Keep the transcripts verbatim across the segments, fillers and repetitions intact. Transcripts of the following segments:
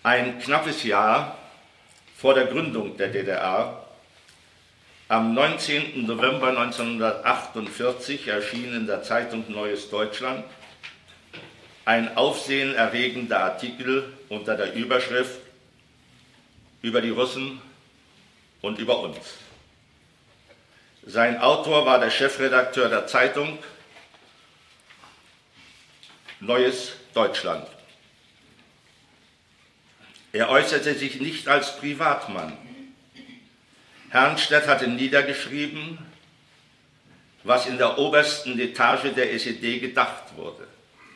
Ein knappes Jahr vor der Gründung der D D R, am neunzehnten November neunzehnhundertachtundvierzig, erschien in der Zeitung Neues Deutschland ein aufsehenerregender Artikel unter der Überschrift über die Russen und über uns. Sein Autor war der Chefredakteur der Zeitung Neues Deutschland. Er äußerte sich nicht als Privatmann. Herrnstedt hatte niedergeschrieben, was in der obersten Etage der S E D gedacht wurde.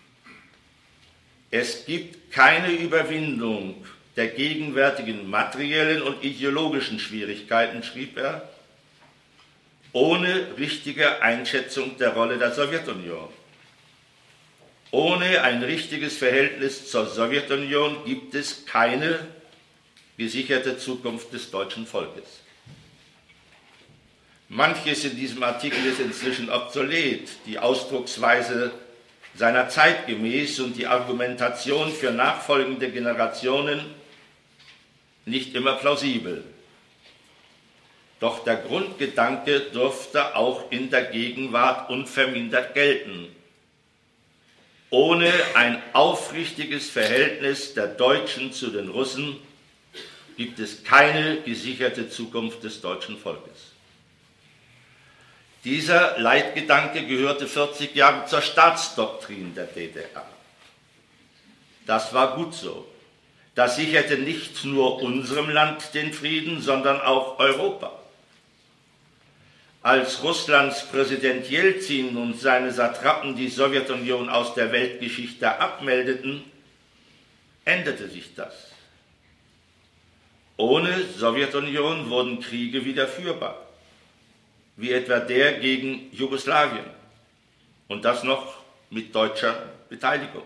Es gibt keine Überwindung der gegenwärtigen materiellen und ideologischen Schwierigkeiten, schrieb er, ohne richtige Einschätzung der Rolle der Sowjetunion. Ohne ein richtiges Verhältnis zur Sowjetunion gibt es keine gesicherte Zukunft des deutschen Volkes. Manches in diesem Artikel ist inzwischen obsolet, die Ausdrucksweise seiner Zeit gemäß und die Argumentation für nachfolgende Generationen nicht immer plausibel. Doch der Grundgedanke durfte auch in der Gegenwart unvermindert gelten. Ohne ein aufrichtiges Verhältnis der Deutschen zu den Russen gibt es keine gesicherte Zukunft des deutschen Volkes. Dieser Leitgedanke gehörte vierzig Jahre zur Staatsdoktrin der D D R. Das war gut so. Das sicherte nicht nur unserem Land den Frieden, sondern auch Europa. Als Russlands Präsident Jelzin und seine Satrapen die Sowjetunion aus der Weltgeschichte abmeldeten, änderte sich das. Ohne Sowjetunion wurden Kriege wieder führbar, wie etwa der gegen Jugoslawien, und das noch mit deutscher Beteiligung.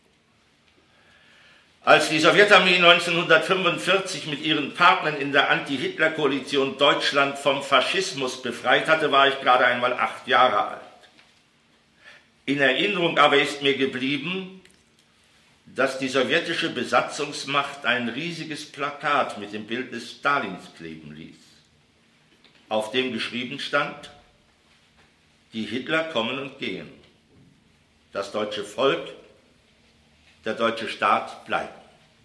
Als die Sowjetarmee neunzehnhundertfünfundvierzig mit ihren Partnern in der Anti-Hitler-Koalition Deutschland vom Faschismus befreit hatte, war ich gerade einmal acht Jahre alt. In Erinnerung aber ist mir geblieben, dass die sowjetische Besatzungsmacht ein riesiges Plakat mit dem Bild des Stalins kleben ließ, auf dem geschrieben stand: Die Hitler kommen und gehen, das deutsche Volk, der deutsche Staat bleibt.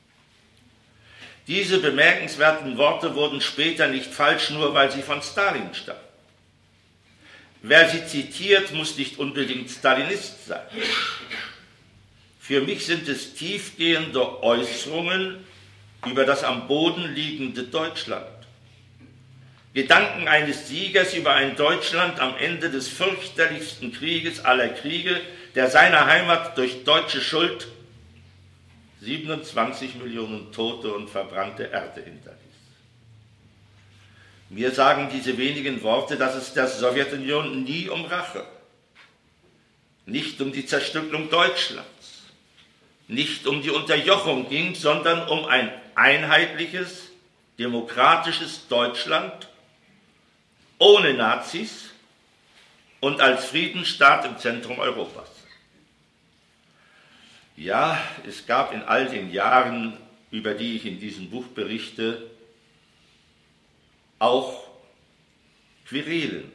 Diese bemerkenswerten Worte wurden später nicht falsch, nur weil sie von Stalin stammen. Wer sie zitiert, muss nicht unbedingt Stalinist sein. Für mich sind es tiefgehende Äußerungen über das am Boden liegende Deutschland. Gedanken eines Siegers über ein Deutschland am Ende des fürchterlichsten Krieges aller Kriege, der seiner Heimat durch deutsche Schuld siebenundzwanzig Millionen Tote und verbrannte Erde hinterließ. Mir sagen diese wenigen Worte, dass es der Sowjetunion nie um Rache, nicht um die Zerstückelung Deutschlands, nicht um die Unterjochung ging, sondern um ein einheitliches, demokratisches Deutschland ohne Nazis und als Friedensstaat im Zentrum Europas. Ja, es gab in all den Jahren, über die ich in diesem Buch berichte, auch Querelen.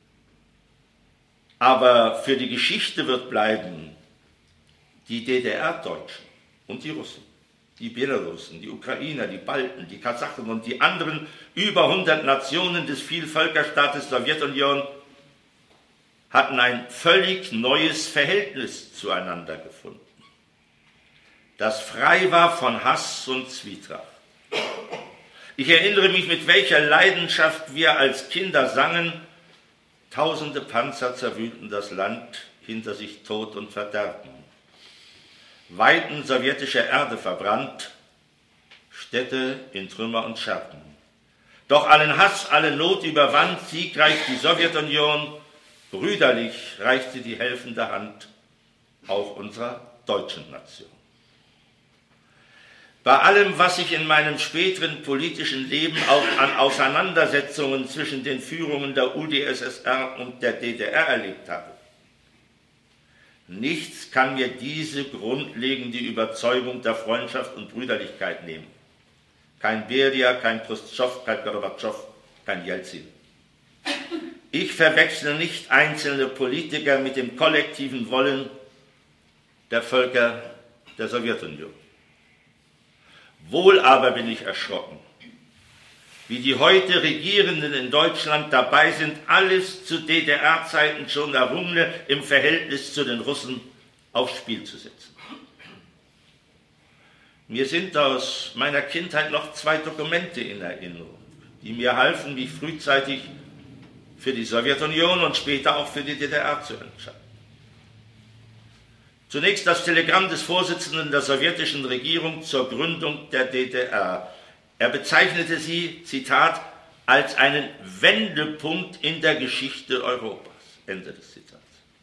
Aber für die Geschichte wird bleiben, die D D R-Deutschen und die Russen, die Belarussen, die Ukrainer, die Balten, die Kasachen und die anderen über hundert Nationen des Vielvölkerstaates Sowjetunion hatten ein völlig neues Verhältnis zueinander gefunden, das frei war von Hass und Zwietracht. Ich erinnere mich, mit welcher Leidenschaft wir als Kinder sangen: Tausende Panzer zerwühlten das Land, hinter sich Tod und Verderben. Weiten sowjetischer Erde verbrannt, Städte in Trümmer und Scherben. Doch allen Hass, alle Not überwand, siegreich die Sowjetunion, brüderlich reichte die helfende Hand auch unserer deutschen Nation. Bei allem, was ich in meinem späteren politischen Leben auch an Auseinandersetzungen zwischen den Führungen der U d S S R und der D D R erlebt habe, Nichts kann mir diese grundlegende Überzeugung der Freundschaft und Brüderlichkeit nehmen. Kein Beria, kein Khrushchev, kein Gorbatschow, kein Jelzin. Ich verwechsle nicht einzelne Politiker mit dem kollektiven Wollen der Völker der Sowjetunion. Wohl aber bin ich erschrocken, wie die heute Regierenden in Deutschland dabei sind, alles zu D D R-Zeiten schon Errungene im Verhältnis zu den Russen aufs Spiel zu setzen. Mir sind aus meiner Kindheit noch zwei Dokumente in Erinnerung, die mir halfen, mich frühzeitig für die Sowjetunion und später auch für die D D R zu entscheiden. Zunächst das Telegramm des Vorsitzenden der sowjetischen Regierung zur Gründung der D D R. Er bezeichnete sie, Zitat, als einen Wendepunkt in der Geschichte Europas. Ende des Zitats.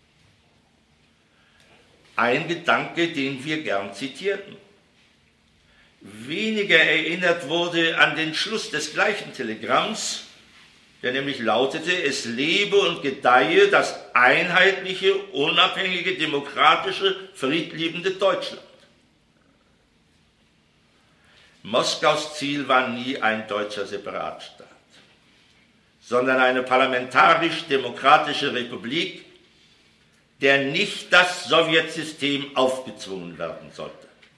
Ein Gedanke, den wir gern zitierten. Weniger erinnert wurde an den Schluss des gleichen Telegramms, der nämlich lautete, es lebe und gedeihe das einheitliche, unabhängige, demokratische, friedliebende Deutschland. Moskaus Ziel war nie ein deutscher Separatstaat, sondern eine parlamentarisch-demokratische Republik, der nicht das Sowjetsystem aufgezwungen werden sollte.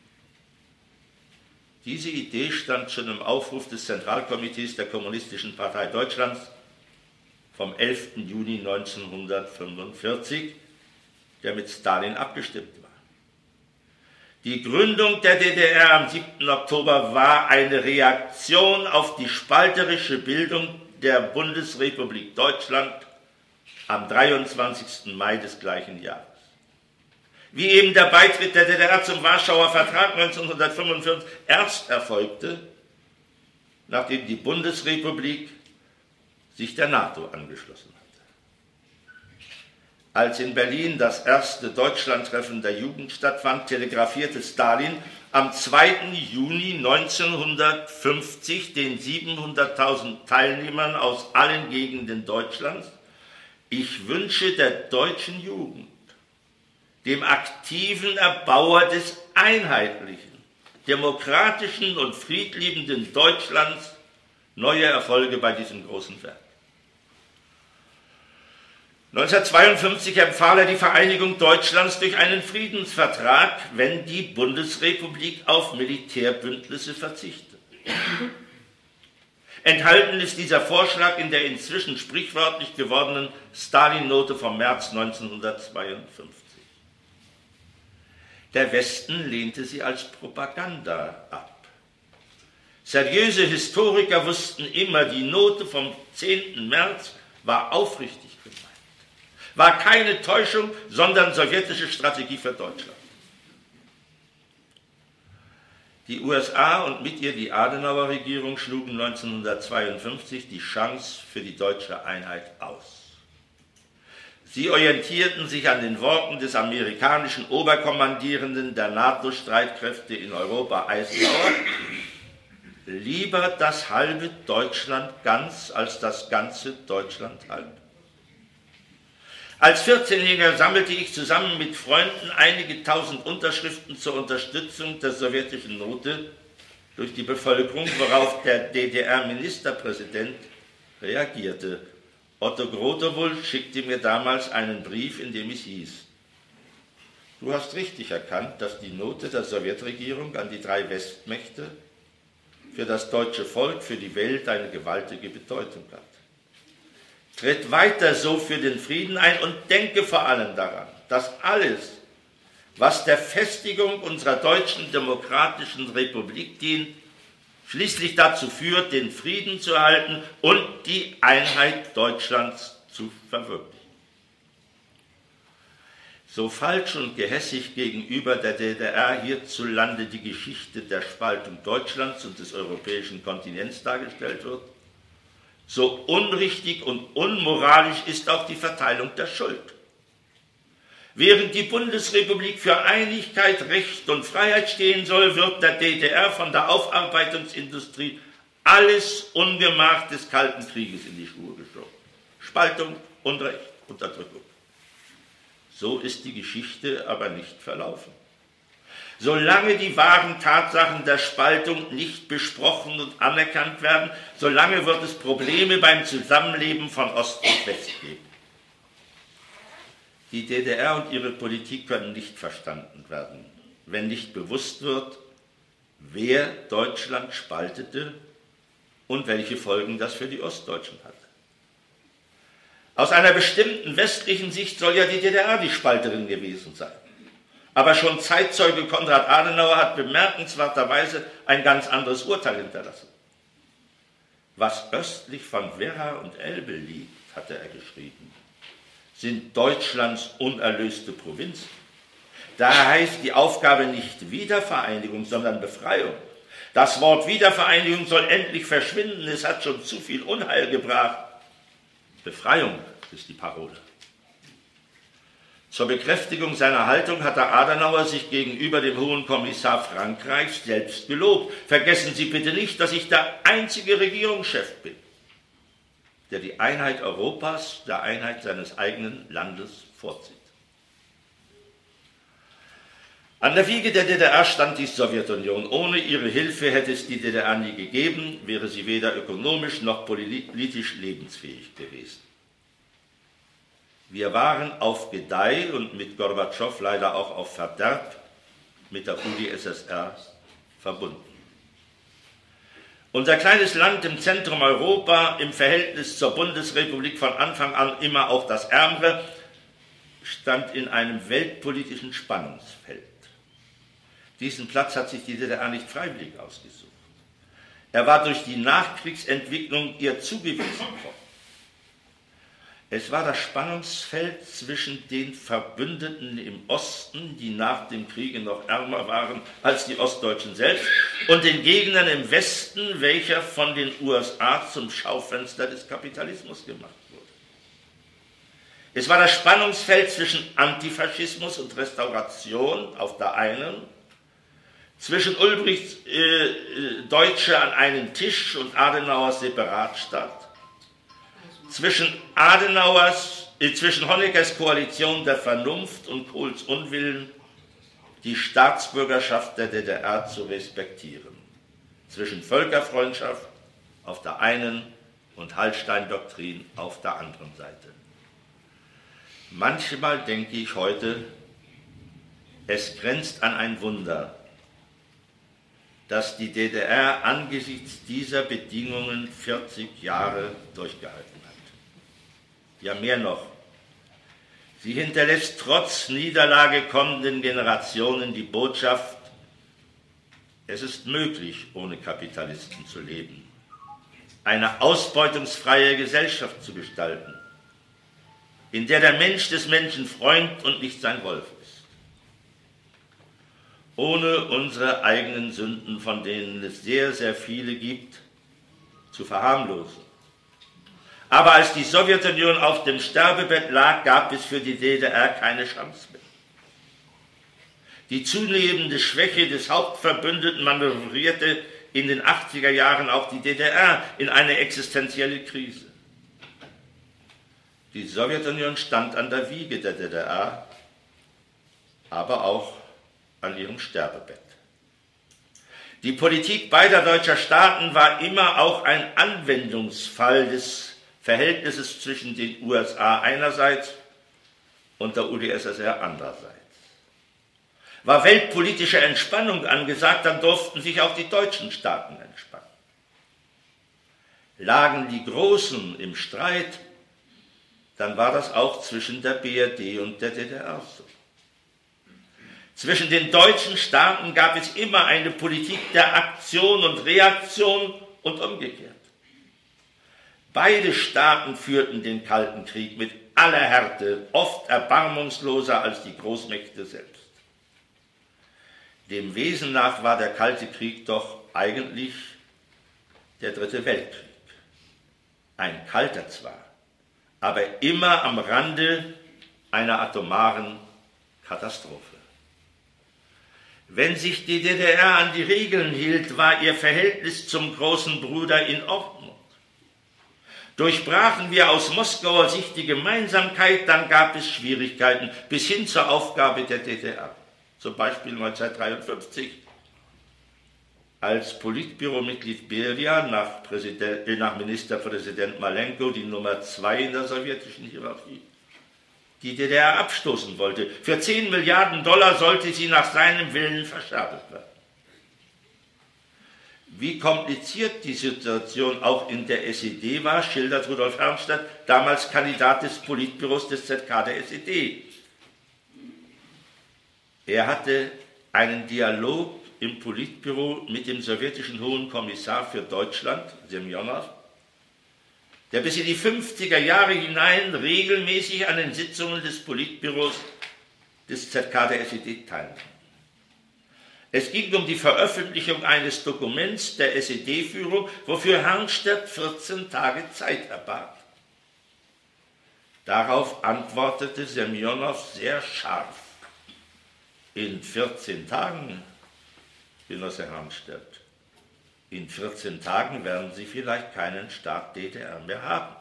Diese Idee stand schon im Aufruf des Zentralkomitees der Kommunistischen Partei Deutschlands vom elften Juni neunzehnhundertfünfundvierzig, der mit Stalin abgestimmt war. Die Gründung der D D R am siebten Oktober war eine Reaktion auf die spalterische Bildung der Bundesrepublik Deutschland am dreiundzwanzigsten Mai des gleichen Jahres. Wie eben der Beitritt der D D R zum Warschauer Vertrag neunzehnhundertfünfundvierzig erst erfolgte, nachdem die Bundesrepublik sich der NATO angeschlossen hatte. Als in Berlin das erste Deutschlandtreffen der Jugend stattfand, telegrafierte Stalin am zweiten Juni neunzehnhundertfünfzig den siebenhunderttausend Teilnehmern aus allen Gegenden Deutschlands: Ich wünsche der deutschen Jugend, dem aktiven Erbauer des einheitlichen, demokratischen und friedliebenden Deutschlands, neue Erfolge bei diesem großen Werk. neunzehnhundertzweiundfünfzig empfahl er die Vereinigung Deutschlands durch einen Friedensvertrag, wenn die Bundesrepublik auf Militärbündnisse verzichtet. Enthalten ist dieser Vorschlag in der inzwischen sprichwörtlich gewordenen Stalin-Note vom März neunzehnhundertzweiundfünfzig. Der Westen lehnte sie als Propaganda ab. Seriöse Historiker wussten immer, die Note vom zehnten März war aufrichtig gemeint, war keine Täuschung, sondern sowjetische Strategie für Deutschland. Die U S A und mit ihr die Adenauer-Regierung schlugen neunzehnhundertzweiundfünfzig die Chance für die deutsche Einheit aus. Sie orientierten sich an den Worten des amerikanischen Oberkommandierenden der NATO-Streitkräfte in Europa, Eisenhower: Lieber das halbe Deutschland ganz als das ganze Deutschland halb. Als vierzehnjähriger sammelte ich zusammen mit Freunden einige tausend Unterschriften zur Unterstützung der sowjetischen Note durch die Bevölkerung, worauf der D D R-Ministerpräsident reagierte. Otto Grotewohl schickte mir damals einen Brief, in dem es hieß: Du hast richtig erkannt, dass die Note der Sowjetregierung an die drei Westmächte für das deutsche Volk, für die Welt eine gewaltige Bedeutung hat. Tritt weiter so für den Frieden ein und denke vor allem daran, dass alles, was der Festigung unserer deutschen demokratischen Republik dient, schließlich dazu führt, den Frieden zu erhalten und die Einheit Deutschlands zu verwirklichen. So falsch und gehässig gegenüber der D D R hierzulande die Geschichte der Spaltung Deutschlands und des europäischen Kontinents dargestellt wird, so unrichtig und unmoralisch ist auch die Verteilung der Schuld. Während die Bundesrepublik für Einigkeit, Recht und Freiheit stehen soll, wird der D D R von der Aufarbeitungsindustrie alles Ungemach des Kalten Krieges in die Schuhe geschoben. Spaltung, Unrecht, Unterdrückung. So ist die Geschichte aber nicht verlaufen. Solange die wahren Tatsachen der Spaltung nicht besprochen und anerkannt werden, solange wird es Probleme beim Zusammenleben von Ost und West geben. Die D D R und ihre Politik können nicht verstanden werden, wenn nicht bewusst wird, wer Deutschland spaltete und welche Folgen das für die Ostdeutschen hatte. Aus einer bestimmten westlichen Sicht soll ja die D D R die Spalterin gewesen sein. Aber schon Zeitzeuge Konrad Adenauer hat bemerkenswerterweise ein ganz anderes Urteil hinterlassen. Was östlich von Werra und Elbe liegt, hatte er geschrieben, sind Deutschlands unerlöste Provinzen. Daher heißt die Aufgabe nicht Wiedervereinigung, sondern Befreiung. Das Wort Wiedervereinigung soll endlich verschwinden, es hat schon zu viel Unheil gebracht. Befreiung ist die Parole. Zur Bekräftigung seiner Haltung hatte Adenauer sich gegenüber dem Hohen Kommissar Frankreichs selbst gelobt. Vergessen Sie bitte nicht, dass ich der einzige Regierungschef bin, der die Einheit Europas, der Einheit seines eigenen Landes vorzieht. An der Wiege der D D R stand die Sowjetunion. Ohne ihre Hilfe hätte es die D D R nie gegeben, wäre sie weder ökonomisch noch politisch lebensfähig gewesen. Wir waren auf Gedeih und mit Gorbatschow leider auch auf Verderb mit der U d S S R verbunden. Unser kleines Land im Zentrum Europa, im Verhältnis zur Bundesrepublik von Anfang an immer auch das ärmere, stand in einem weltpolitischen Spannungsfeld. Diesen Platz hat sich die D D R nicht freiwillig ausgesucht. Er war durch die Nachkriegsentwicklung ihr zugewiesen worden. Es war das Spannungsfeld zwischen den Verbündeten im Osten, die nach dem Kriege noch ärmer waren als die Ostdeutschen selbst, und den Gegnern im Westen, welcher von den U S A zum Schaufenster des Kapitalismus gemacht wurde. Es war das Spannungsfeld zwischen Antifaschismus und Restauration auf der einen, zwischen Ulbrichts äh, Deutsche an einen Tisch und Adenauers Separatstaat, zwischen Adenauers, äh, zwischen Honeckers Koalition der Vernunft und Kohls Unwillen, die Staatsbürgerschaft der D D R zu respektieren, zwischen Völkerfreundschaft auf der einen und Hallstein-Doktrin auf der anderen Seite. Manchmal denke ich heute, es grenzt an ein Wunder, dass die D D R angesichts dieser Bedingungen vierzig Jahre durchgehalten hat. Ja, mehr noch. Sie hinterlässt trotz Niederlage kommenden Generationen die Botschaft, es ist möglich, ohne Kapitalisten zu leben, eine ausbeutungsfreie Gesellschaft zu gestalten, in der der Mensch des Menschen Freund und nicht sein Wolf ist. Ohne unsere eigenen Sünden, von denen es sehr, sehr viele gibt, zu verharmlosen. Aber als die Sowjetunion auf dem Sterbebett lag, gab es für die D D R keine Chance mehr. Die zunehmende Schwäche des Hauptverbündeten manövrierte in den achtziger Jahren auch die D D R in eine existenzielle Krise. Die Sowjetunion stand an der Wiege der D D R, aber auch an ihrem Sterbebett. Die Politik beider deutscher Staaten war immer auch ein Anwendungsfall des Verhältnisses zwischen den U S A einerseits und der U d S S R andererseits. War weltpolitische Entspannung angesagt, dann durften sich auch die deutschen Staaten entspannen. Lagen die Großen im Streit, dann war das auch zwischen der B R D und der D D R so. Zwischen den deutschen Staaten gab es immer eine Politik der Aktion und Reaktion und umgekehrt. Beide Staaten führten den Kalten Krieg mit aller Härte, oft erbarmungsloser als die Großmächte selbst. Dem Wesen nach war der Kalte Krieg doch eigentlich der Dritte Weltkrieg. Ein kalter zwar, aber immer am Rande einer atomaren Katastrophe. Wenn sich die D D R an die Regeln hielt, war ihr Verhältnis zum großen Bruder in Ordnung. Durchbrachen wir aus Moskauer Sicht die Gemeinsamkeit, dann gab es Schwierigkeiten bis hin zur Aufgabe der D D R. Zum Beispiel neunzehnhundertdreiundfünfzig, als Politbüromitglied Beria nach, Präsident, nach Ministerpräsident Malenko die Nummer zwei in der sowjetischen Hierarchie die D D R abstoßen wollte. Für zehn Milliarden Dollar sollte sie nach seinem Willen verscherbelt werden. Wie kompliziert die Situation auch in der S E D war, schildert Rudolf Herrnstadt, damals Kandidat des Politbüros des Z K der S E D. Er hatte einen Dialog im Politbüro mit dem sowjetischen Hohen Kommissar für Deutschland, Semjonow, der bis in die fünfziger Jahre hinein regelmäßig an den Sitzungen des Politbüros des Z K der S E D teilnahm. Es ging um die Veröffentlichung eines Dokuments der S E D-Führung, wofür Herrnstadt vierzehn Tage Zeit erbat. Darauf antwortete Semjonow sehr scharf: In vierzehn Tagen, Genosse Herrnstadt, in vierzehn Tagen werden Sie vielleicht keinen Staat D D R mehr haben.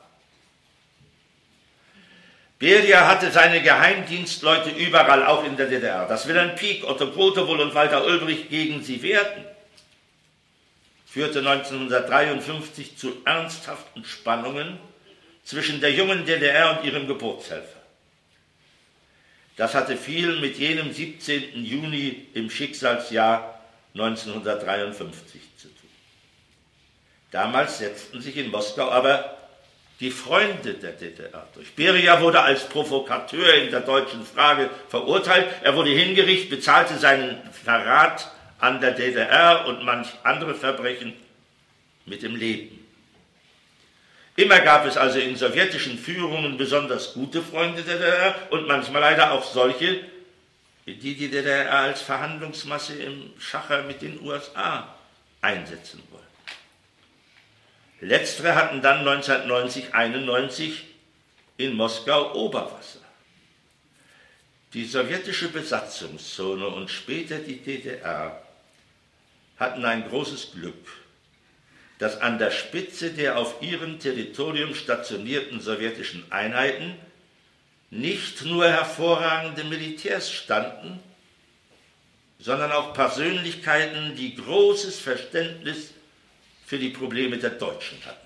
Beria hatte seine Geheimdienstleute überall, auch in der D D R. Dass Wilhelm Pieck, Otto Grotewohl und Walter Ulbricht gegen sie wehrten, führte neunzehnhundertdreiundfünfzig zu ernsthaften Spannungen zwischen der jungen D D R und ihrem Geburtshelfer. Das hatte viel mit jenem siebzehnten Juni im Schicksalsjahr neunzehnhundertdreiundfünfzig zu tun. Damals setzten sich in Moskau aber die Freunde der D D R durch. Beria wurde als Provokateur in der deutschen Frage verurteilt. Er wurde hingerichtet, bezahlte seinen Verrat an der D D R und manch andere Verbrechen mit dem Leben. Immer gab es also in sowjetischen Führungen besonders gute Freunde der D D R und manchmal leider auch solche, die die D D R als Verhandlungsmasse im Schacher mit den U S A einsetzen wollten. Letztere hatten dann neunzehnhundertneunzig einundneunzig in Moskau Oberwasser. Die sowjetische Besatzungszone und später die D D R hatten ein großes Glück, dass an der Spitze der auf ihrem Territorium stationierten sowjetischen Einheiten nicht nur hervorragende Militärs standen, sondern auch Persönlichkeiten, die großes Verständnis für die Probleme der Deutschen hatten.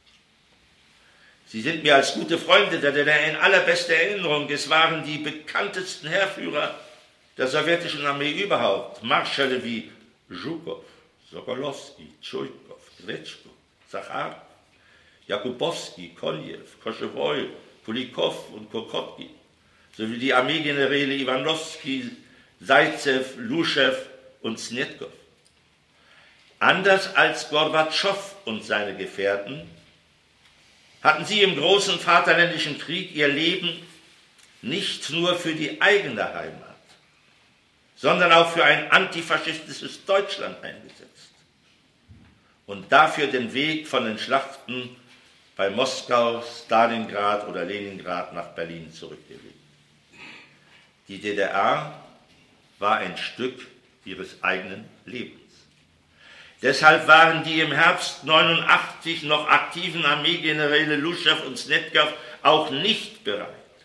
Sie sind mir als gute Freunde der D D R in allerbester Erinnerung. Es waren die bekanntesten Heerführer der sowjetischen Armee überhaupt. Marschälle wie Zhukov, Sokolowski, Tschujkow, Gretschko, Sacharov, Jakubowski, Konjew, Koschewoy, Kulikow und Kokotkin, sowie die Armeegeneräle Iwanowski, Saizew, Luschew und Snetkow. Anders als Gorbatschow und seine Gefährten hatten sie im großen Vaterländischen Krieg ihr Leben nicht nur für die eigene Heimat, sondern auch für ein antifaschistisches Deutschland eingesetzt und dafür den Weg von den Schlachten bei Moskau, Stalingrad oder Leningrad nach Berlin zurückgelegt. Die D D R war ein Stück ihres eigenen Lebens. Deshalb waren die im Herbst neunundachtzig noch aktiven Armeegeneräle Luschew und Snetkow auch nicht bereit,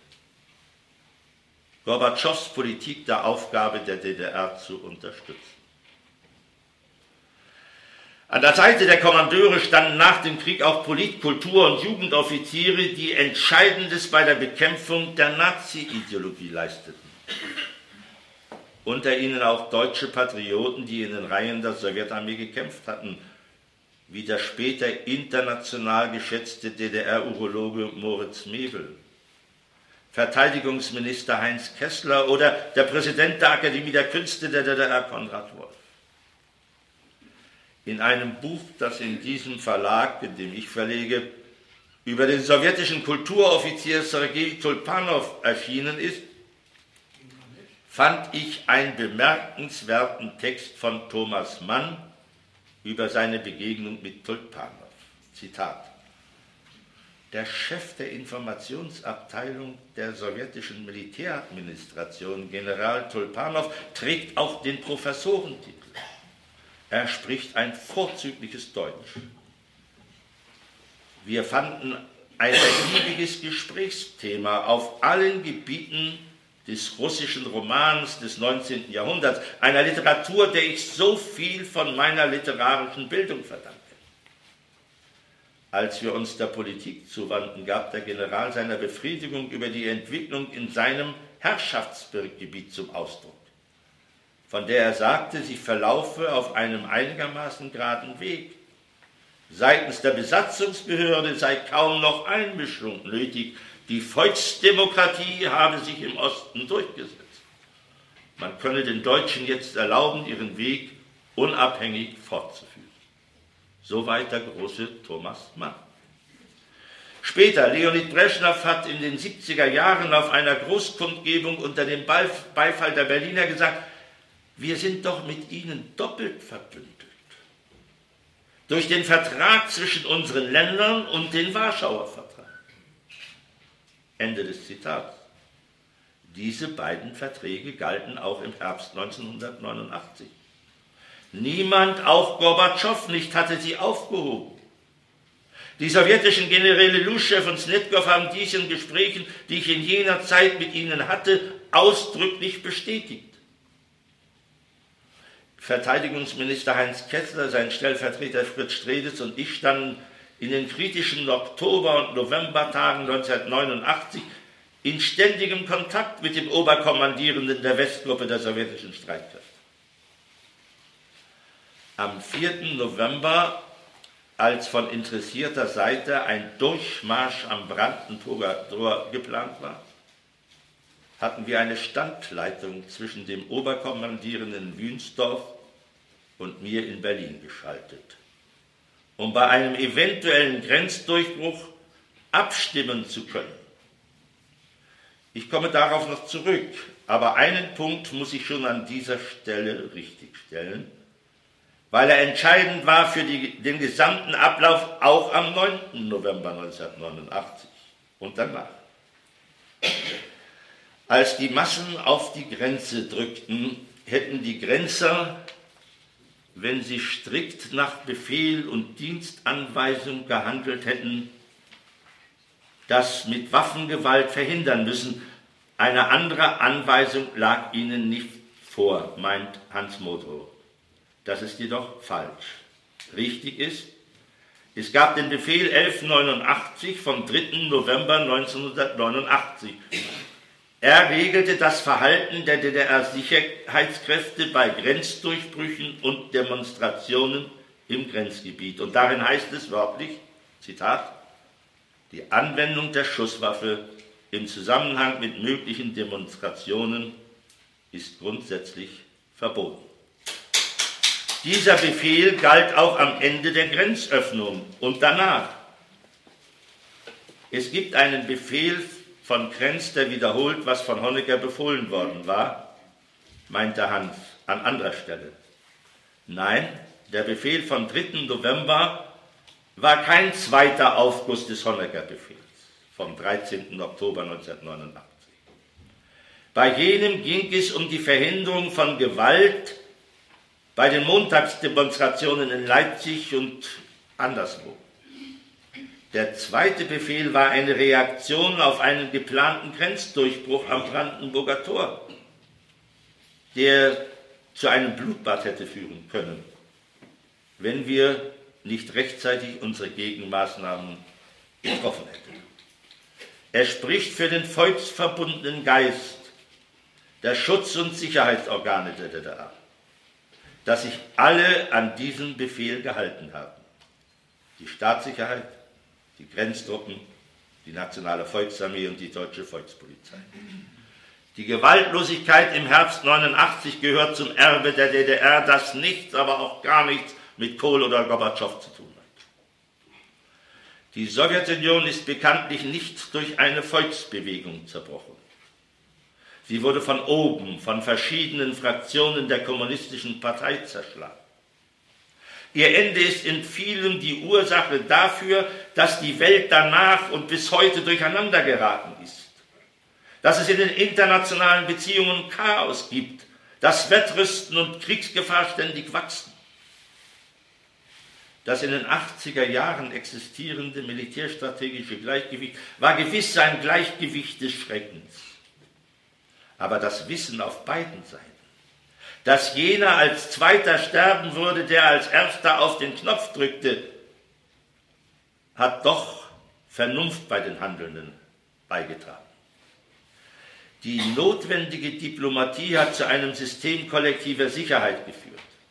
Gorbatschows Politik der Aufgabe der D D R zu unterstützen. An der Seite der Kommandeure standen nach dem Krieg auch Polit-, Kultur- und Jugendoffiziere, die Entscheidendes bei der Bekämpfung der Nazi-Ideologie leisteten. Unter ihnen auch deutsche Patrioten, die in den Reihen der Sowjetarmee gekämpft hatten, wie der später international geschätzte D D R-Urologe Moritz Mewel, Verteidigungsminister Heinz Kessler oder der Präsident der Akademie der Künste der D D R, Konrad Wolf. In einem Buch, das in diesem Verlag, in dem ich verlege, über den sowjetischen Kulturoffizier Sergei Tulpanow erschienen ist, fand ich einen bemerkenswerten Text von Thomas Mann über seine Begegnung mit Tulpanow. Zitat: Der Chef der Informationsabteilung der sowjetischen Militäradministration, General Tulpanow, trägt auch den Professorentitel. Er spricht ein vorzügliches Deutsch. Wir fanden ein ergiebiges Gesprächsthema auf allen Gebieten des russischen Romans des neunzehnten Jahrhunderts, einer Literatur, der ich so viel von meiner literarischen Bildung verdanke. Als wir uns der Politik zuwandten, gab der General seiner Befriedigung über die Entwicklung in seinem Herrschaftsgebiet zum Ausdruck, von der er sagte, sie verlaufe auf einem einigermaßen geraden Weg. Seitens der Besatzungsbehörde sei kaum noch Einmischung nötig. Die Volksdemokratie habe sich im Osten durchgesetzt. Man könne den Deutschen jetzt erlauben, ihren Weg unabhängig fortzuführen. Soweit der große Thomas Mann. Später, Leonid Breschnew hat in den siebziger Jahren auf einer Großkundgebung unter dem Beifall der Berliner gesagt, wir sind doch mit ihnen doppelt verbündet. Durch den Vertrag zwischen unseren Ländern und den Warschauer Vertrag. Ende des Zitats. Diese beiden Verträge galten auch im Herbst neunzehnhundertneunundachtzig. Niemand, auch Gorbatschow nicht, hatte sie aufgehoben. Die sowjetischen Generäle Luschew und Snetkow haben dies in Gesprächen, die ich in jener Zeit mit ihnen hatte, ausdrücklich bestätigt. Verteidigungsminister Heinz Kessler, sein Stellvertreter Fritz Stredes und ich standen in den kritischen Oktober- und Novembertagen neunzehnhundertneunundachtzig in ständigem Kontakt mit dem Oberkommandierenden der Westgruppe der sowjetischen Streitkräfte. Am vierten November, als von interessierter Seite ein Durchmarsch am Brandenburger Tor geplant war, hatten wir eine Standleitung zwischen dem Oberkommandierenden Wünsdorf und mir in Berlin geschaltet, um bei einem eventuellen Grenzdurchbruch abstimmen zu können. Ich komme darauf noch zurück, aber einen Punkt muss ich schon an dieser Stelle richtigstellen, weil er entscheidend war für die, den gesamten Ablauf auch am neunten November neunzehnhundertneunundachtzig und danach. Als die Massen auf die Grenze drückten, hätten die Grenzer, wenn sie strikt nach Befehl und Dienstanweisung gehandelt hätten, das mit Waffengewalt verhindern müssen. Eine andere Anweisung lag ihnen nicht vor, meint Hans Modrow. Das ist jedoch falsch. Richtig ist, es gab den Befehl elfhundertneunundachtzig vom dritten November neunzehnhundertneunundachtzig. Er regelte das Verhalten der D D R-Sicherheitskräfte bei Grenzdurchbrüchen und Demonstrationen im Grenzgebiet. Und darin heißt es wörtlich, Zitat, die Anwendung der Schusswaffe im Zusammenhang mit möglichen Demonstrationen ist grundsätzlich verboten. Dieser Befehl galt auch am Ende der Grenzöffnung und danach. Es gibt einen Befehl von Krenz, der wiederholt, was von Honecker befohlen worden war, meinte Hans an anderer Stelle. Nein, der Befehl vom dritten November war kein zweiter Aufguss des Honecker-Befehls vom dreizehnten Oktober neunzehnhundertneunundachtzig. Bei jenem ging es um die Verhinderung von Gewalt bei den Montagsdemonstrationen in Leipzig und anderswo. Der zweite Befehl war eine Reaktion auf einen geplanten Grenzdurchbruch am Brandenburger Tor, der zu einem Blutbad hätte führen können, wenn wir nicht rechtzeitig unsere Gegenmaßnahmen getroffen hätten. Er spricht für den volksverbundenen Geist der Schutz- und Sicherheitsorgane der D D R, dass sich alle an diesen Befehl gehalten haben. Die Staatssicherheit, die Grenztruppen, die Nationale Volksarmee und die Deutsche Volkspolizei. Die Gewaltlosigkeit im Herbst neunundachtzig gehört zum Erbe der D D R, das nichts, aber auch gar nichts mit Kohl oder Gorbatschow zu tun hat. Die Sowjetunion ist bekanntlich nicht durch eine Volksbewegung zerbrochen. Sie wurde von oben, von verschiedenen Fraktionen der kommunistischen Partei zerschlagen. Ihr Ende ist in vielem die Ursache dafür, dass die Welt danach und bis heute durcheinander geraten ist. Dass es in den internationalen Beziehungen Chaos gibt, dass Wettrüsten und Kriegsgefahr ständig wachsen. Das in den achtziger Jahren existierende militärstrategische Gleichgewicht war gewiss ein Gleichgewicht des Schreckens. Aber das Wissen auf beiden Seiten, dass jener als Zweiter sterben würde, der als Erster auf den Knopf drückte, hat doch Vernunft bei den Handelnden beigetragen. Die notwendige Diplomatie hat zu einem System kollektiver Sicherheit geführt.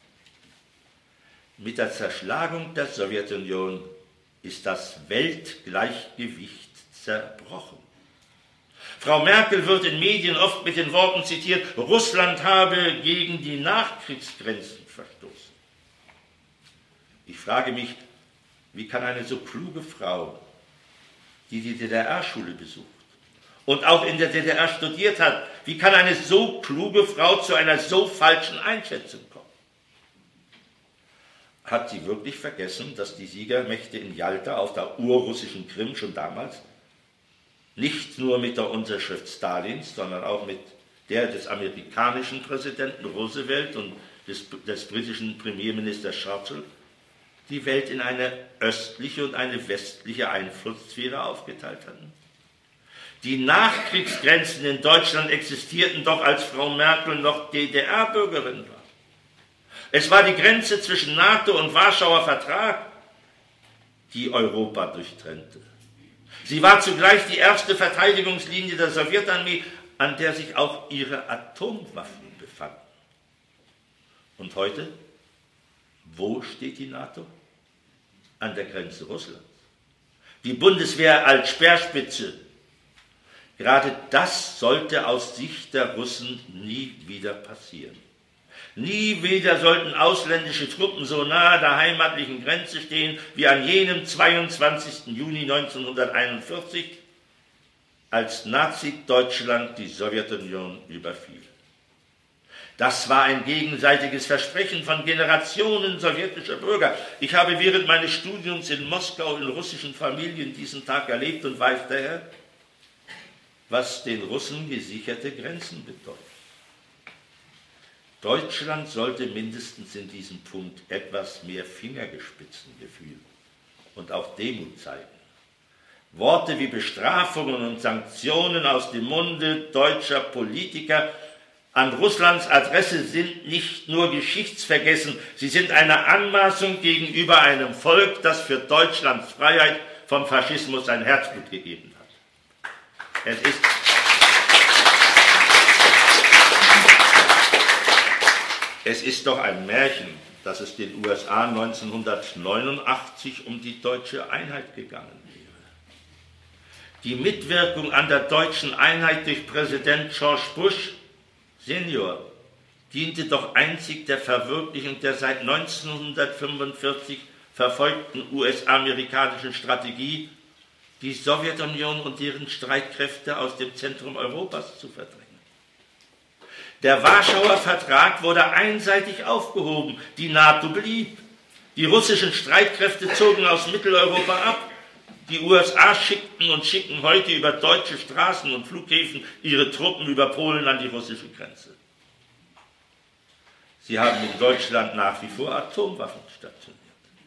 Mit der Zerschlagung der Sowjetunion ist das Weltgleichgewicht zerbrochen. Frau Merkel wird in Medien oft mit den Worten zitiert, Russland habe gegen die Nachkriegsgrenzen verstoßen. Ich frage mich, wie kann eine so kluge Frau, die die D D R-Schule besucht und auch in der D D R studiert hat, wie kann eine so kluge Frau zu einer so falschen Einschätzung kommen? Hat sie wirklich vergessen, dass die Siegermächte in Jalta auf der urrussischen Krim schon damals nicht nur mit der Unterschrift Stalins, sondern auch mit der des amerikanischen Präsidenten Roosevelt und des, des britischen Premierministers Churchill die Welt in eine östliche und eine westliche Einflusssphäre aufgeteilt hatten? Die Nachkriegsgrenzen in Deutschland existierten doch, als Frau Merkel noch D D R-Bürgerin war. Es war die Grenze zwischen NATO und Warschauer Vertrag, die Europa durchtrennte. Sie war zugleich die erste Verteidigungslinie der Sowjetarmee, an der sich auch ihre Atomwaffen befanden. Und heute? Wo steht die NATO? An der Grenze Russlands. Die Bundeswehr als Speerspitze. Gerade das sollte aus Sicht der Russen nie wieder passieren. Nie wieder sollten ausländische Truppen so nahe der heimatlichen Grenze stehen wie an jenem zweiundzwanzigsten Juni neunzehnhunderteinundvierzig, als Nazi-Deutschland die Sowjetunion überfiel. Das war ein gegenseitiges Versprechen von Generationen sowjetischer Bürger. Ich habe während meines Studiums in Moskau in russischen Familien diesen Tag erlebt und weiß daher, was den Russen gesicherte Grenzen bedeutet. Deutschland sollte mindestens in diesem Punkt etwas mehr Fingergespitzengefühl und auch Demut zeigen. Worte wie Bestrafungen und Sanktionen aus dem Munde deutscher Politiker an Russlands Adresse sind nicht nur geschichtsvergessen, sie sind eine Anmaßung gegenüber einem Volk, das für Deutschlands Freiheit vom Faschismus sein Herzblut gegeben hat. Es ist Es ist doch ein Märchen, dass es den U S A neunzehnhundertneunundachtzig um die deutsche Einheit gegangen wäre. Die Mitwirkung an der deutschen Einheit durch Präsident George Bush Senior diente doch einzig der Verwirklichung der seit neunzehnhundertfünfundvierzig verfolgten U S-amerikanischen Strategie, die Sowjetunion und deren Streitkräfte aus dem Zentrum Europas zu verdrängen. Der Warschauer Vertrag wurde einseitig aufgehoben, die NATO blieb. Die russischen Streitkräfte zogen aus Mitteleuropa ab. Die U S A schickten und schicken heute über deutsche Straßen und Flughäfen ihre Truppen über Polen an die russische Grenze. Sie haben in Deutschland nach wie vor Atomwaffen stationiert.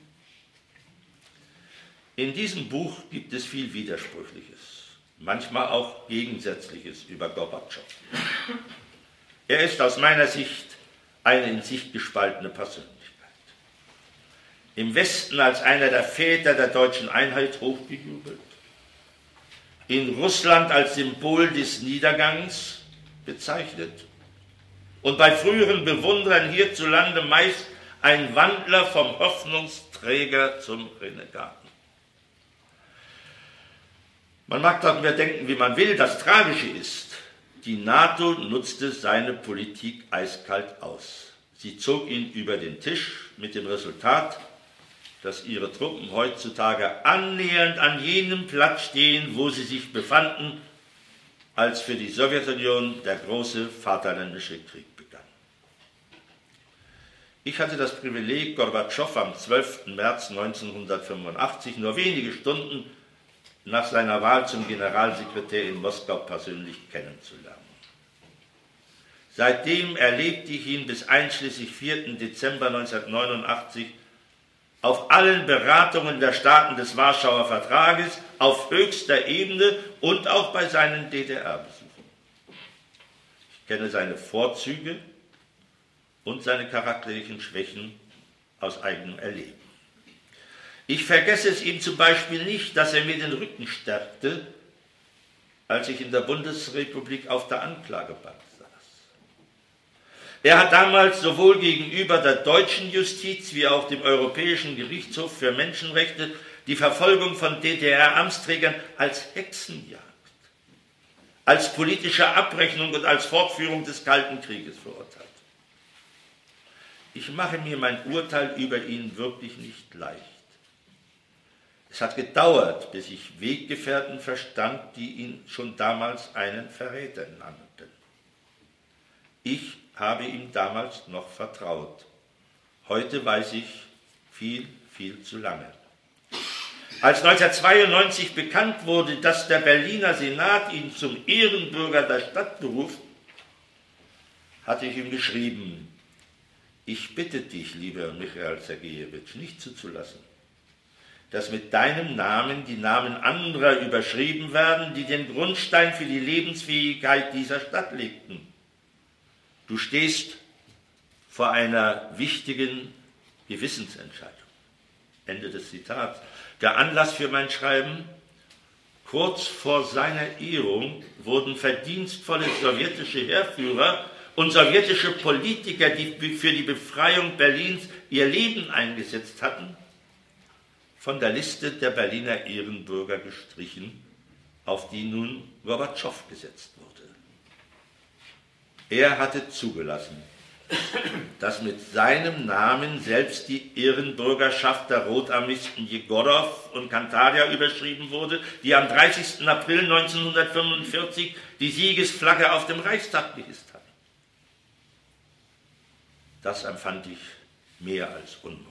In diesem Buch gibt es viel Widersprüchliches, manchmal auch Gegensätzliches über Gorbatschow. Er ist aus meiner Sicht eine in sich gespaltene Persönlichkeit. Im Westen als einer der Väter der deutschen Einheit hochgejubelt, in Russland als Symbol des Niedergangs bezeichnet und bei früheren Bewunderern hierzulande meist ein Wandler vom Hoffnungsträger zum Renegaten. Man mag darüber denken, wie man will, das Tragische ist, die NATO nutzte seine Politik eiskalt aus. Sie zog ihn über den Tisch mit dem Resultat, dass ihre Truppen heutzutage annähernd an jenem Platz stehen, wo sie sich befanden, als für die Sowjetunion der große Vaterländische Krieg begann. Ich hatte das Privileg, Gorbatschow am zwölften März neunzehnhundertfünfundachtzig, nur wenige Stunden nach seiner Wahl zum Generalsekretär in Moskau persönlich kennenzulernen. Seitdem erlebte ich ihn bis einschließlich vierten Dezember neunzehnhundertneunundachtzig auf allen Beratungen der Staaten des Warschauer Vertrages, auf höchster Ebene und auch bei seinen D D R-Besuchen. Ich kenne seine Vorzüge und seine charakterlichen Schwächen aus eigenem Erleben. Ich vergesse es ihm zum Beispiel nicht, dass er mir den Rücken stärkte, als ich in der Bundesrepublik auf der Anklagebank saß. Er hat damals sowohl gegenüber der deutschen Justiz wie auch dem Europäischen Gerichtshof für Menschenrechte die Verfolgung von D D R-Amtsträgern als Hexenjagd, als politische Abrechnung und als Fortführung des Kalten Krieges verurteilt. Ich mache mir mein Urteil über ihn wirklich nicht leicht. Es hat gedauert, bis ich Weggefährten verstand, die ihn schon damals einen Verräter nannten. Ich habe ihm damals noch vertraut. Heute weiß ich viel, viel zu lange. Als neunzehnhundertzweiundneunzig bekannt wurde, dass der Berliner Senat ihn zum Ehrenbürger der Stadt beruft, hatte ich ihm geschrieben: Ich bitte dich, lieber Michail Sergejewitsch, nicht zuzulassen, dass mit deinem Namen die Namen anderer überschrieben werden, die den Grundstein für die Lebensfähigkeit dieser Stadt legten. Du stehst vor einer wichtigen Gewissensentscheidung. Ende des Zitats. Der Anlass für mein Schreiben: Kurz vor seiner Ehrung wurden verdienstvolle sowjetische Heerführer und sowjetische Politiker, die für die Befreiung Berlins ihr Leben eingesetzt hatten, von der Liste der Berliner Ehrenbürger gestrichen, auf die nun Gorbatschow gesetzt wurde. Er hatte zugelassen, dass mit seinem Namen selbst die Ehrenbürgerschaft der Rotarmisten Jegorow und Kantarja überschrieben wurde, die am dreißigsten April neunzehnhundertfünfundvierzig die Siegesflagge auf dem Reichstag gehisst hatten. Das empfand ich mehr als unmoralisch.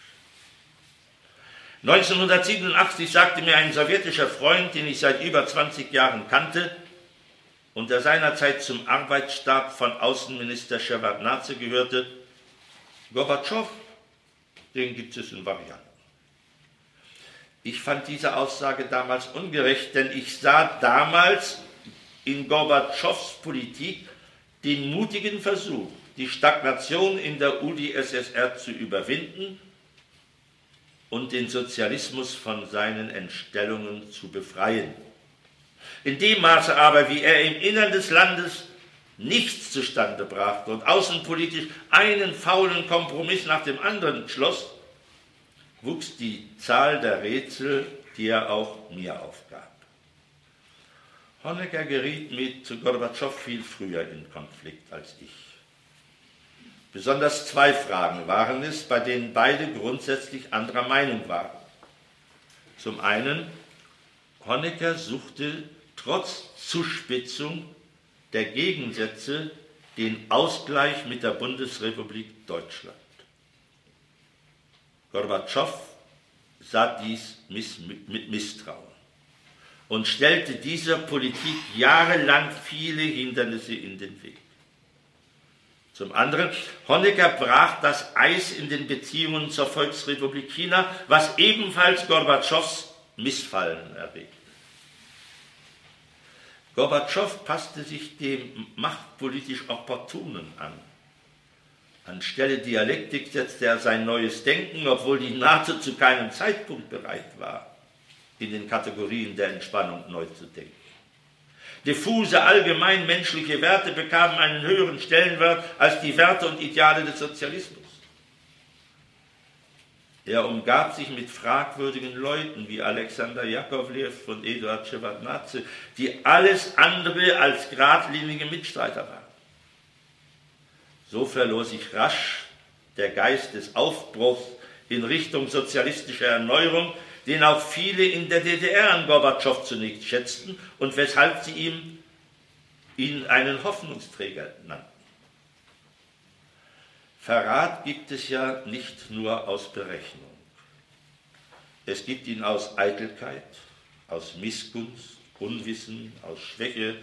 neunzehnhundertsiebenundachtzig sagte mir ein sowjetischer Freund, den ich seit über zwanzig Jahren kannte und der seinerzeit zum Arbeitsstab von Außenminister Schewardnadse gehörte: Gorbatschow, den gibt es in Varianten. Ich fand diese Aussage damals ungerecht, denn ich sah damals in Gorbatschows Politik den mutigen Versuch, die Stagnation in der U d S S R zu überwinden und den Sozialismus von seinen Entstellungen zu befreien. In dem Maße aber, wie er im Innern des Landes nichts zustande brachte und außenpolitisch einen faulen Kompromiss nach dem anderen schloss, wuchs die Zahl der Rätsel, die er auch mir aufgab. Honecker geriet mit Gorbatschow viel früher in Konflikt als ich. Besonders zwei Fragen waren es, bei denen beide grundsätzlich anderer Meinung waren. Zum einen: Honecker suchte trotz Zuspitzung der Gegensätze den Ausgleich mit der Bundesrepublik Deutschland. Gorbatschow sah dies mit Misstrauen und stellte dieser Politik jahrelang viele Hindernisse in den Weg. Zum anderen: Honecker brach das Eis in den Beziehungen zur Volksrepublik China, was ebenfalls Gorbatschows Missfallen erregte. Gorbatschow passte sich dem machtpolitisch Opportunen an. Anstelle Dialektik setzte er sein neues Denken, obwohl die NATO zu keinem Zeitpunkt bereit war, in den Kategorien der Entspannung neu zu denken. Diffuse, allgemein menschliche Werte bekamen einen höheren Stellenwert als die Werte und Ideale des Sozialismus. Er umgab sich mit fragwürdigen Leuten wie Alexander Jakovlew und Eduard Schewardnadse, die alles andere als geradlinige Mitstreiter waren. So verlor sich rasch der Geist des Aufbruchs in Richtung sozialistischer Erneuerung, den auch viele in der D D R an Gorbatschow zunächst schätzten und weshalb sie ihm, ihn einen Hoffnungsträger nannten. Verrat gibt es ja nicht nur aus Berechnung. Es gibt ihn aus Eitelkeit, aus Missgunst, Unwissen, aus Schwäche,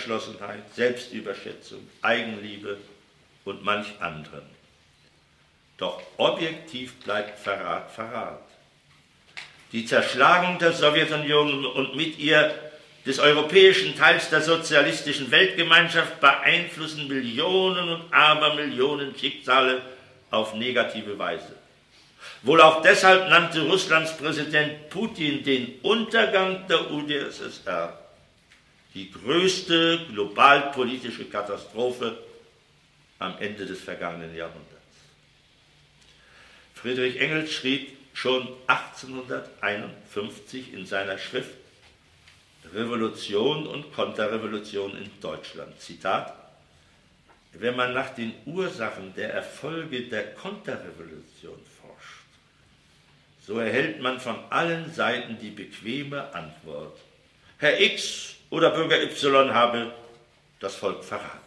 Unentschlossenheit, Selbstüberschätzung, Eigenliebe und manch anderem. Doch objektiv bleibt Verrat Verrat. Die Zerschlagung der Sowjetunion und mit ihr des europäischen Teils der sozialistischen Weltgemeinschaft beeinflussen Millionen und Abermillionen Schicksale auf negative Weise. Wohl auch deshalb nannte Russlands Präsident Putin den Untergang der U d S S R die größte globalpolitische Katastrophe am Ende des vergangenen Jahrhunderts. Friedrich Engels schrieb schon achtzehnhunderteinundfünfzig in seiner Schrift Revolution und Konterrevolution in Deutschland, Zitat: Wenn man nach den Ursachen der Erfolge der Konterrevolution forscht, so erhält man von allen Seiten die bequeme Antwort: Herr X oder Bürger Y habe das Volk verraten.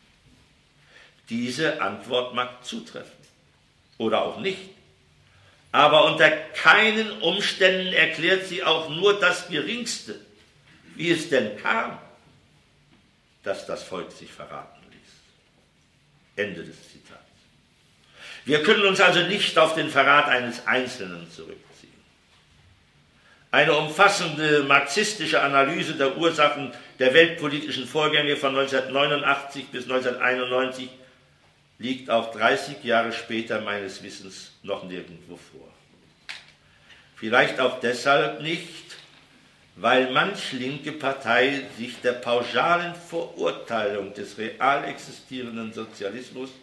Diese Antwort mag zutreffen oder auch nicht, aber unter keinen Umständen erklärt sie auch nur das Geringste, wie es denn kam, dass das Volk sich verraten ließ. Ende des Zitats. Wir können uns also nicht auf den Verrat eines Einzelnen zurückziehen. Eine umfassende marxistische Analyse der Ursachen der weltpolitischen Vorgänge von neunzehnhundertneunundachtzig bis neunzehnhunderteinundneunzig liegt auch dreißig Jahre später meines Wissens noch nirgendwo vor. Vielleicht auch deshalb nicht, weil manch linke Partei sich der pauschalen Verurteilung des real existierenden Sozialismus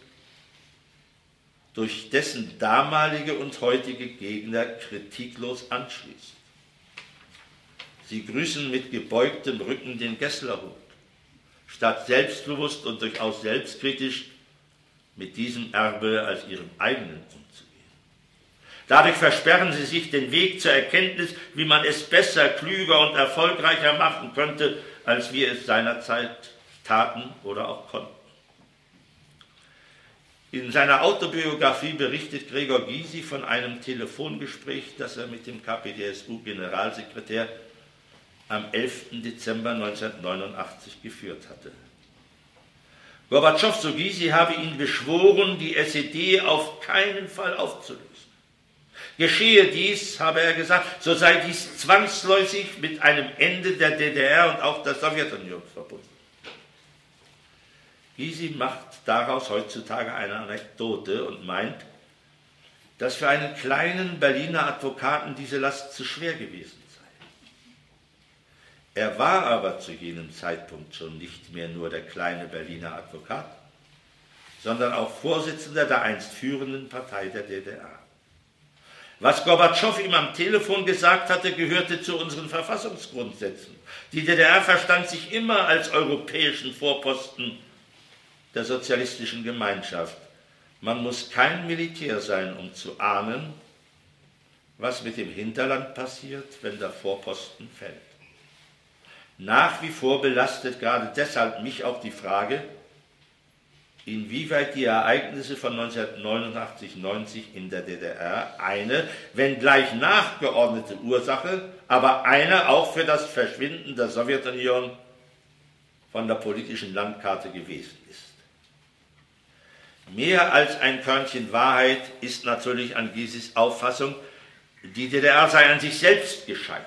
durch dessen damalige und heutige Gegner kritiklos anschließt. Sie grüßen mit gebeugtem Rücken den Gesslerhut, statt selbstbewusst und durchaus selbstkritisch mit diesem Erbe als ihrem eigenen umzugehen. Dadurch versperren sie sich den Weg zur Erkenntnis, wie man es besser, klüger und erfolgreicher machen könnte, als wir es seinerzeit taten oder auch konnten. In seiner Autobiografie berichtet Gregor Gysi von einem Telefongespräch, das er mit dem K P D S U-Generalsekretär am elften Dezember neunzehnhundertneunundachtzig geführt hatte. Gorbatschow, so Gysi, habe ihn beschworen, die S E D auf keinen Fall aufzulösen. Geschehe dies, habe er gesagt, so sei dies zwangsläufig mit einem Ende der D D R und auch der Sowjetunion verbunden. Gysi macht daraus heutzutage eine Anekdote und meint, dass für einen kleinen Berliner Advokaten diese Last zu schwer gewesen sei. Er war aber zu jenem Zeitpunkt schon nicht mehr nur der kleine Berliner Advokat, sondern auch Vorsitzender der einst führenden Partei der D D R. Was Gorbatschow ihm am Telefon gesagt hatte, gehörte zu unseren Verfassungsgrundsätzen. Die D D R verstand sich immer als europäischen Vorposten der sozialistischen Gemeinschaft. Man muss kein Militär sein, um zu ahnen, was mit dem Hinterland passiert, wenn der Vorposten fällt. Nach wie vor belastet gerade deshalb mich auch die Frage, inwieweit die Ereignisse von neunzehnhundertneunundachtzig neunzig in der D D R eine, wenngleich nachgeordnete Ursache, aber eine auch für das Verschwinden der Sowjetunion von der politischen Landkarte gewesen ist. Mehr als ein Körnchen Wahrheit ist natürlich an Gysis Auffassung, die D D R sei an sich selbst gescheitert.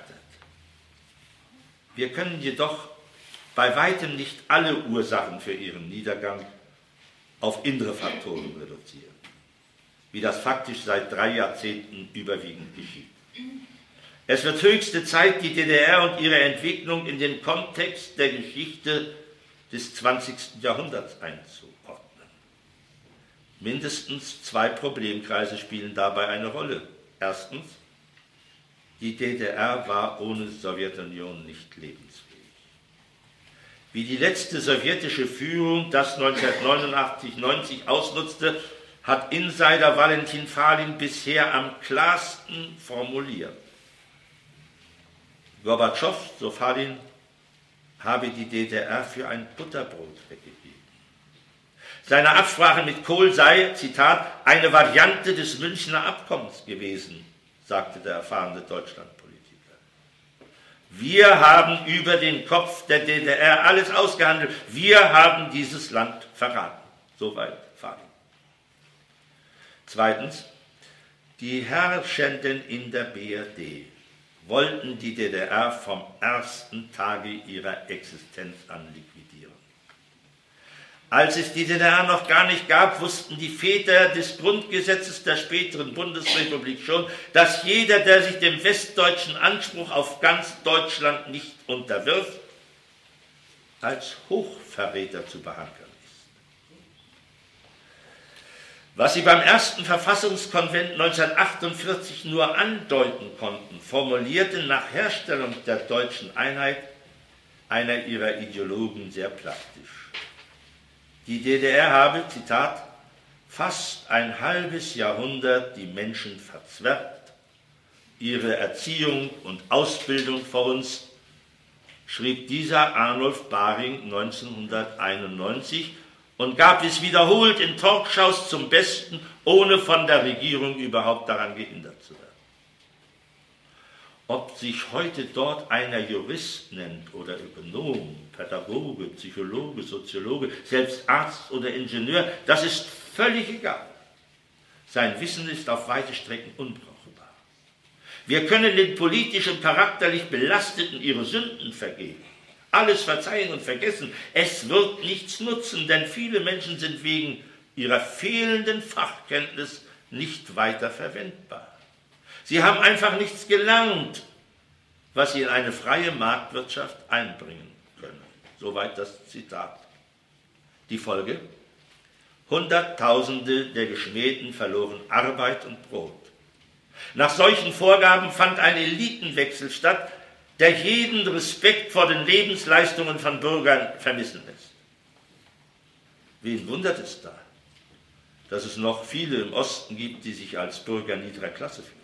Wir können jedoch bei weitem nicht alle Ursachen für ihren Niedergang auf innere Faktoren reduzieren, wie das faktisch seit drei Jahrzehnten überwiegend geschieht. Es wird höchste Zeit, die D D R und ihre Entwicklung in den Kontext der Geschichte des zwanzigsten Jahrhunderts einzuordnen. Mindestens zwei Problemkreise spielen dabei eine Rolle. Erstens, die D D R war ohne Sowjetunion nicht lebensfähig. Wie die letzte sowjetische Führung das neunzehnhundertneunundachtzig neunzig ausnutzte, hat Insider Valentin Falin bisher am klarsten formuliert. Gorbatschow, so Falin, habe die D D R für ein Butterbrot weggegeben. Seine Absprache mit Kohl sei, Zitat, eine Variante des Münchner Abkommens gewesen, sagte der erfahrene Deutschlandpolitiker. Wir haben über den Kopf der D D R alles ausgehandelt. Wir haben dieses Land verraten. Soweit Falin. Zweitens, die Herrschenden in der B R D wollten die D D R vom ersten Tage ihrer Existenz an liquidieren. Als es die D D R noch gar nicht gab, wussten die Väter des Grundgesetzes der späteren Bundesrepublik schon, dass jeder, der sich dem westdeutschen Anspruch auf ganz Deutschland nicht unterwirft, als Hochverräter zu behandeln ist. Was sie beim ersten Verfassungskonvent neunzehnhundertachtundvierzig nur andeuten konnten, formulierte nach Herstellung der deutschen Einheit einer ihrer Ideologen sehr plastisch. Die D D R habe, Zitat, fast ein halbes Jahrhundert die Menschen verzwergt, ihre Erziehung und Ausbildung vor uns, schrieb dieser Arnulf Baring neunzehnhunderteinundneunzig und gab es wiederholt in Talkshows zum Besten, ohne von der Regierung überhaupt daran gehindert zu werden. Ob sich heute dort einer Jurist nennt oder Ökonom, Pädagoge, Psychologe, Soziologe, selbst Arzt oder Ingenieur, das ist völlig egal. Sein Wissen ist auf weite Strecken unbrauchbar. Wir können den politisch und charakterlich Belasteten ihre Sünden vergeben, alles verzeihen und vergessen. Es wird nichts nutzen, denn viele Menschen sind wegen ihrer fehlenden Fachkenntnis nicht weiter verwendbar. Sie haben einfach nichts gelernt, was sie in eine freie Marktwirtschaft einbringen können. Soweit das Zitat. Die Folge? Hunderttausende der Geschmähten verloren Arbeit und Brot. Nach solchen Vorgaben fand ein Elitenwechsel statt, der jeden Respekt vor den Lebensleistungen von Bürgern vermissen lässt. Wen wundert es da, dass es noch viele im Osten gibt, die sich als Bürger niederer Klasse fühlen?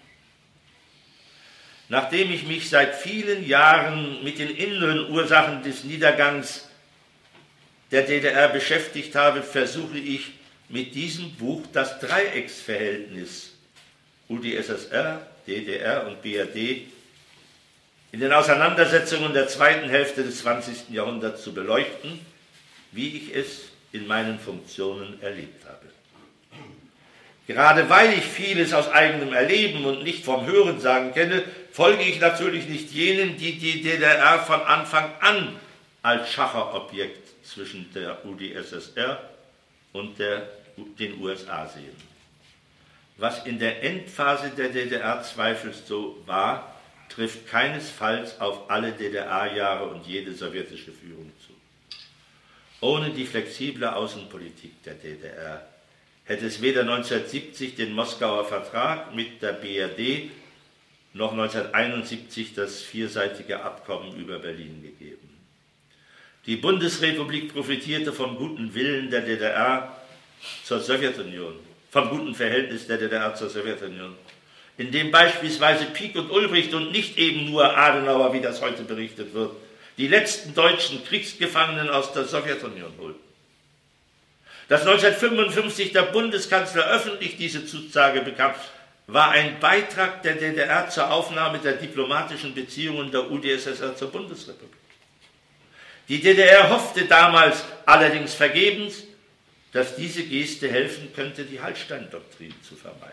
Nachdem ich mich seit vielen Jahren mit den inneren Ursachen des Niedergangs der D D R beschäftigt habe, versuche ich mit diesem Buch das Dreiecksverhältnis U d S S R, D D R und B R D in den Auseinandersetzungen der zweiten Hälfte des zwanzigsten Jahrhunderts zu beleuchten, wie ich es in meinen Funktionen erlebt habe. Gerade weil ich vieles aus eigenem Erleben und nicht vom Hörensagen kenne, folge ich natürlich nicht jenen, die die D D R von Anfang an als Schacherobjekt zwischen der U d S S R und der, den U S A sehen. Was in der Endphase der D D R zweifellos war, trifft keinesfalls auf alle D D R-Jahre und jede sowjetische Führung zu. Ohne die flexible Außenpolitik der D D R hätte es weder neunzehnhundertsiebzig den Moskauer Vertrag mit der B R D noch neunzehnhunderteinundsiebzig das vierseitige Abkommen über Berlin gegeben. Die Bundesrepublik profitierte vom guten Willen der D D R zur Sowjetunion, vom guten Verhältnis der D D R zur Sowjetunion, in dem beispielsweise Pieck und Ulbricht und nicht eben nur Adenauer, wie das heute berichtet wird, die letzten deutschen Kriegsgefangenen aus der Sowjetunion holten. Dass neunzehnhundertfünfundfünfzig der Bundeskanzler öffentlich diese Zusage bekam, war ein Beitrag der D D R zur Aufnahme der diplomatischen Beziehungen der U d S S R zur Bundesrepublik. Die D D R hoffte damals allerdings vergebens, dass diese Geste helfen könnte, die Hallstein-Doktrin zu vermeiden.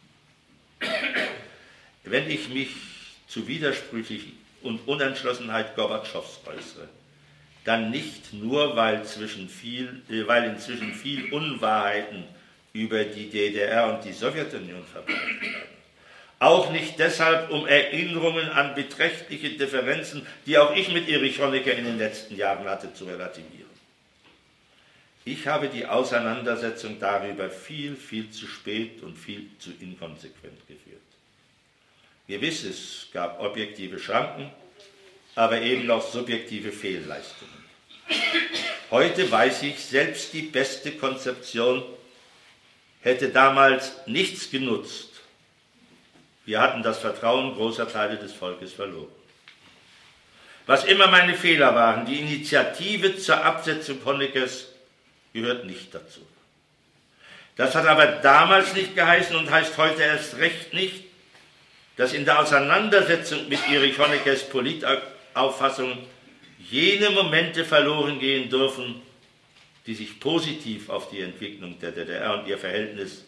Wenn ich mich zu Widersprüchlichkeit und Unentschlossenheit Gorbatschows äußere, dann nicht nur, weil, zwischen viel, äh, weil inzwischen viel Unwahrheiten über die D D R und die Sowjetunion verbreitet werden. Auch nicht deshalb, um Erinnerungen an beträchtliche Differenzen, die auch ich mit Erich Honecker in den letzten Jahren hatte, zu relativieren. Ich habe die Auseinandersetzung darüber viel, viel zu spät und viel zu inkonsequent geführt. Gewiss, es gab objektive Schranken, aber eben auch subjektive Fehlleistungen. Heute weiß ich, selbst die beste Konzeption hätte damals nichts genutzt. Wir hatten das Vertrauen großer Teile des Volkes verloren. Was immer meine Fehler waren, die Initiative zur Absetzung Honeckers gehört nicht dazu. Das hat aber damals nicht geheißen und heißt heute erst recht nicht, dass in der Auseinandersetzung mit Erich Honeckers Politauffassung jene Momente verloren gehen dürfen, die sich positiv auf die Entwicklung der D D R und ihr Verhältnis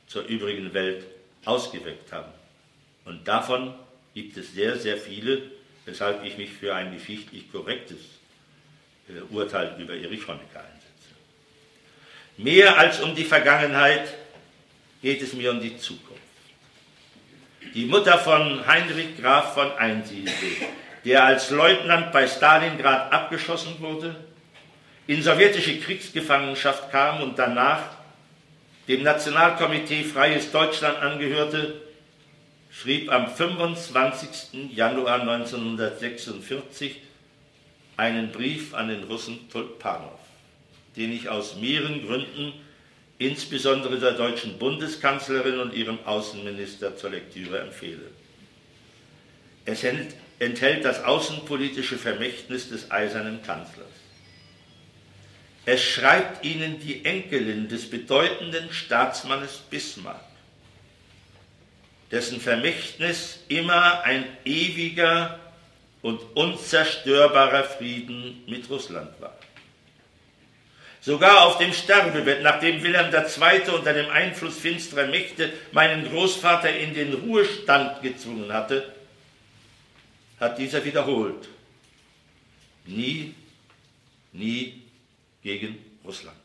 zur übrigen Welt ausgewirkt haben. Und davon gibt es sehr, sehr viele, weshalb ich mich für ein geschichtlich korrektes äh, Urteil über Erich Honecker einsetze. Mehr als um die Vergangenheit geht es mir um die Zukunft. Die Mutter von Heinrich Graf von Einsiedel, der als Leutnant bei Stalingrad abgeschossen wurde, in sowjetische Kriegsgefangenschaft kam und danach dem Nationalkomitee Freies Deutschland angehörte, schrieb am fünfundzwanzigsten Januar neunzehnhundertsechsundvierzig einen Brief an den Russen Tulpanow, den ich aus mehreren Gründen, insbesondere der deutschen Bundeskanzlerin und ihrem Außenminister, zur Lektüre empfehle. Es enthält das außenpolitische Vermächtnis des Eisernen Kanzlers. Es schreibt ihnen die Enkelin des bedeutenden Staatsmannes Bismarck, dessen Vermächtnis immer ein ewiger und unzerstörbarer Frieden mit Russland war. Sogar auf dem Sterbebett, nachdem Wilhelm der Zweite unter dem Einfluss finsterer Mächte meinen Großvater in den Ruhestand gezwungen hatte, hat dieser wiederholt: Nie, nie gegen Russland.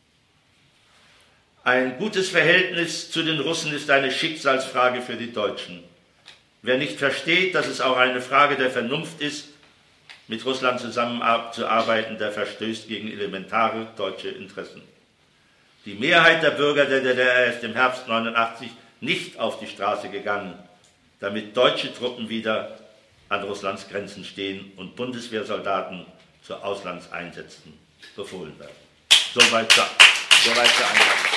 Ein gutes Verhältnis zu den Russen ist eine Schicksalsfrage für die Deutschen. Wer nicht versteht, dass es auch eine Frage der Vernunft ist, mit Russland zusammenzuarbeiten, der verstößt gegen elementare deutsche Interessen. Die Mehrheit der Bürger der D D R ist im Herbst neunundachtzig nicht auf die Straße gegangen, damit deutsche Truppen wieder an Russlands Grenzen stehen und Bundeswehrsoldaten zu Auslandseinsätzen befohlen werden. Soweit zur, soweit zur Einladung.